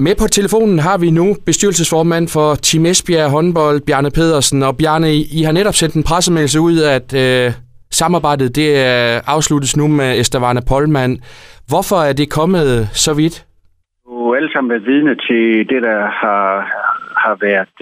Med på telefonen har vi nu bestyrelsesformand for Team Esbjerg håndbold, Bjarne Pedersen. Og Bjarne, I har netop sendt en pressemeddelelse ud, at samarbejdet det afsluttes nu med Estavana Polman. Hvorfor er det kommet så vidt? Vi har alle sammen været vidne til det, der har været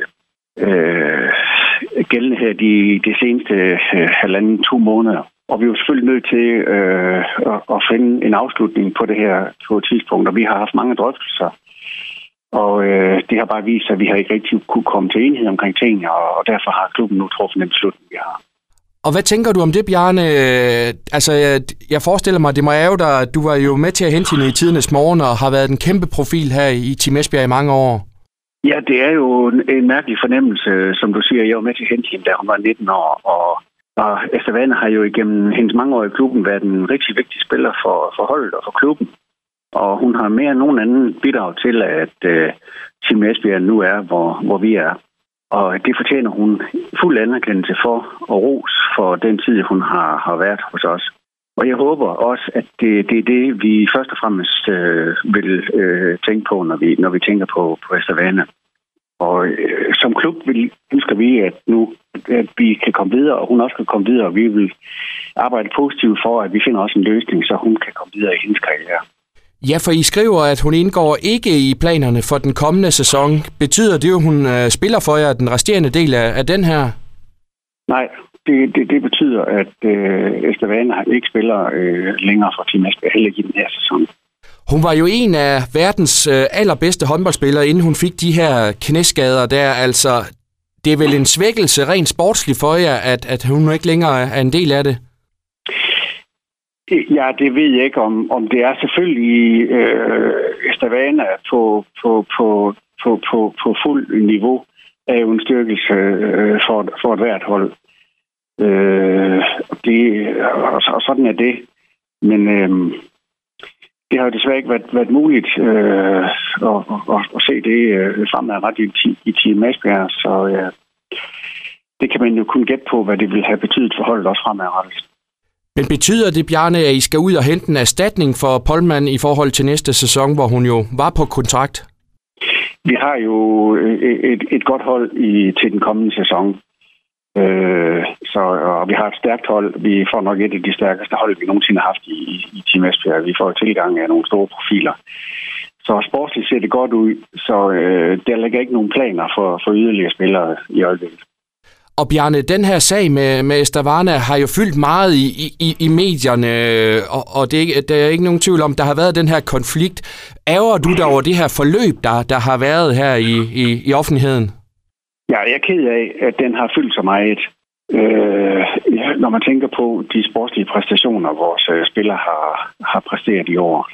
gældende her de seneste 1,5-2 måneder. Og vi er jo selvfølgelig nødt til at finde en afslutning på det her på et tidspunkt, og vi har haft mange drøftelser. Og det har bare vist sig, at vi har ikke rigtig kunne komme til enighed omkring tingene, og derfor har klubben nu truffet den beslutning, vi har. Og hvad tænker du om det, Bjarne? Altså, jeg forestiller mig, det må ærge dig, at du var jo med til at hente hende i tidernes morgen, og har været en kæmpe profil her i Team Esbjerg i mange år. Ja, det er jo en mærkelig fornemmelse, som du siger. Jeg var med til at hente hende, da hun var 19 år, og Estavana har jo igennem hendes mange år i klubben været en rigtig vigtig spiller for holdet og for klubben. Og hun har mere end nogen anden bidrag til, at Team Esbjerg nu er, hvor vi er. Og det fortjener hun fuld anerkendelse for og ros for den tid, hun har været hos os. Og jeg håber også, at det er det, vi først og fremmest vil tænke på, når vi tænker på Estavana. Og som klub ønsker vi, at vi kan komme videre, og hun også kan komme videre, og vi vil arbejde positivt for, at vi finder også en løsning, så hun kan komme videre i hendes karriere. Ja, for I skriver, at hun indgår ikke i planerne for den kommende sæson. Betyder det jo, at hun spiller for jer den resterende del af den her? Nej, det betyder, at Estavana ikke spiller længere for Team Esbjerg, heller ikke i den her sæson. Hun var jo en af verdens allerbedste håndboldspillere, inden hun fik de her knæskader der. Altså, det er vel en svækkelse rent sportsligt for jer, at hun ikke længere er en del af det? Ja, det ved jeg ikke, om det er selvfølgelig Estavana på fuld niveau er jo en styrkelse for et hvert hold. Og sådan er det. Men det har jo desværre ikke været muligt at se det fremadrettet i Team Esbjerg, så det kan man jo kun gætte på, hvad det vil have betydet for holdet også fremadrettet. Men betyder det, Bjarne, at I skal ud og hente en erstatning for Polman i forhold til næste sæson, hvor hun jo var på kontrakt? Vi har jo et godt hold til den kommende sæson. Og vi har et stærkt hold. Vi får nok et af de stærkeste hold, vi nogensinde har haft i Team Esbjerg. Vi får tilgang af nogle store profiler. Så sportsligt ser det godt ud. Så der ligger ikke nogen planer for yderligere spillere i øjeblikket. Og Bjarne, den her sag med Estavana har jo fyldt meget i medierne, og der er ikke nogen tvivl om, der har været den her konflikt. Ærger du dig over det her forløb, der har været her i offentligheden? Ja, jeg er ked af, at den har fyldt så meget. Når man tænker på de sportslige præstationer, vores spillere har præsteret i år,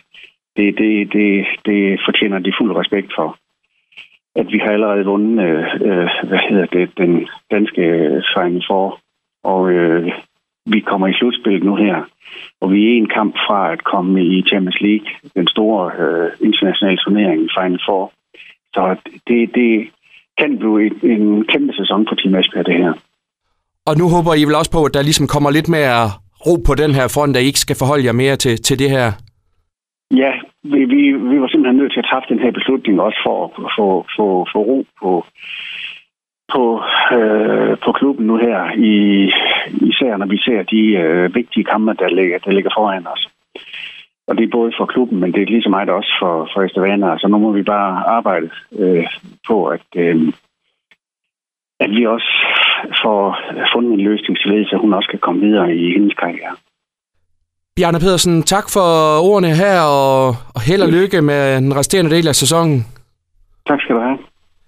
det fortjener de fuld respekt for. At vi har allerede vundet den danske Final Four, og vi kommer i slutspillet nu her, og vi er en kamp fra at komme i Champions League, den store internationale turnering i Final Four. Så det kan blive en kæmpe sæson på Team Esbjerg, det her. Og nu håber I vel også på, at der ligesom kommer lidt mere ro på den her front, at I ikke skal forholde jer mere til det her? Ja, vi var simpelthen nødt til at træffe den her beslutning også for at få ro på klubben nu her, især når vi ser de vigtige kampe, der ligger foran os. Og det er både for klubben, men det er lige så meget også for Estavana. Så nu må vi bare arbejde på, at vi også får fundet en løsning, så hun også kan komme videre i hendes karriere. Bjarne Pedersen, tak for ordene her, og held og lykke med den resterende del af sæsonen. Tak skal du have.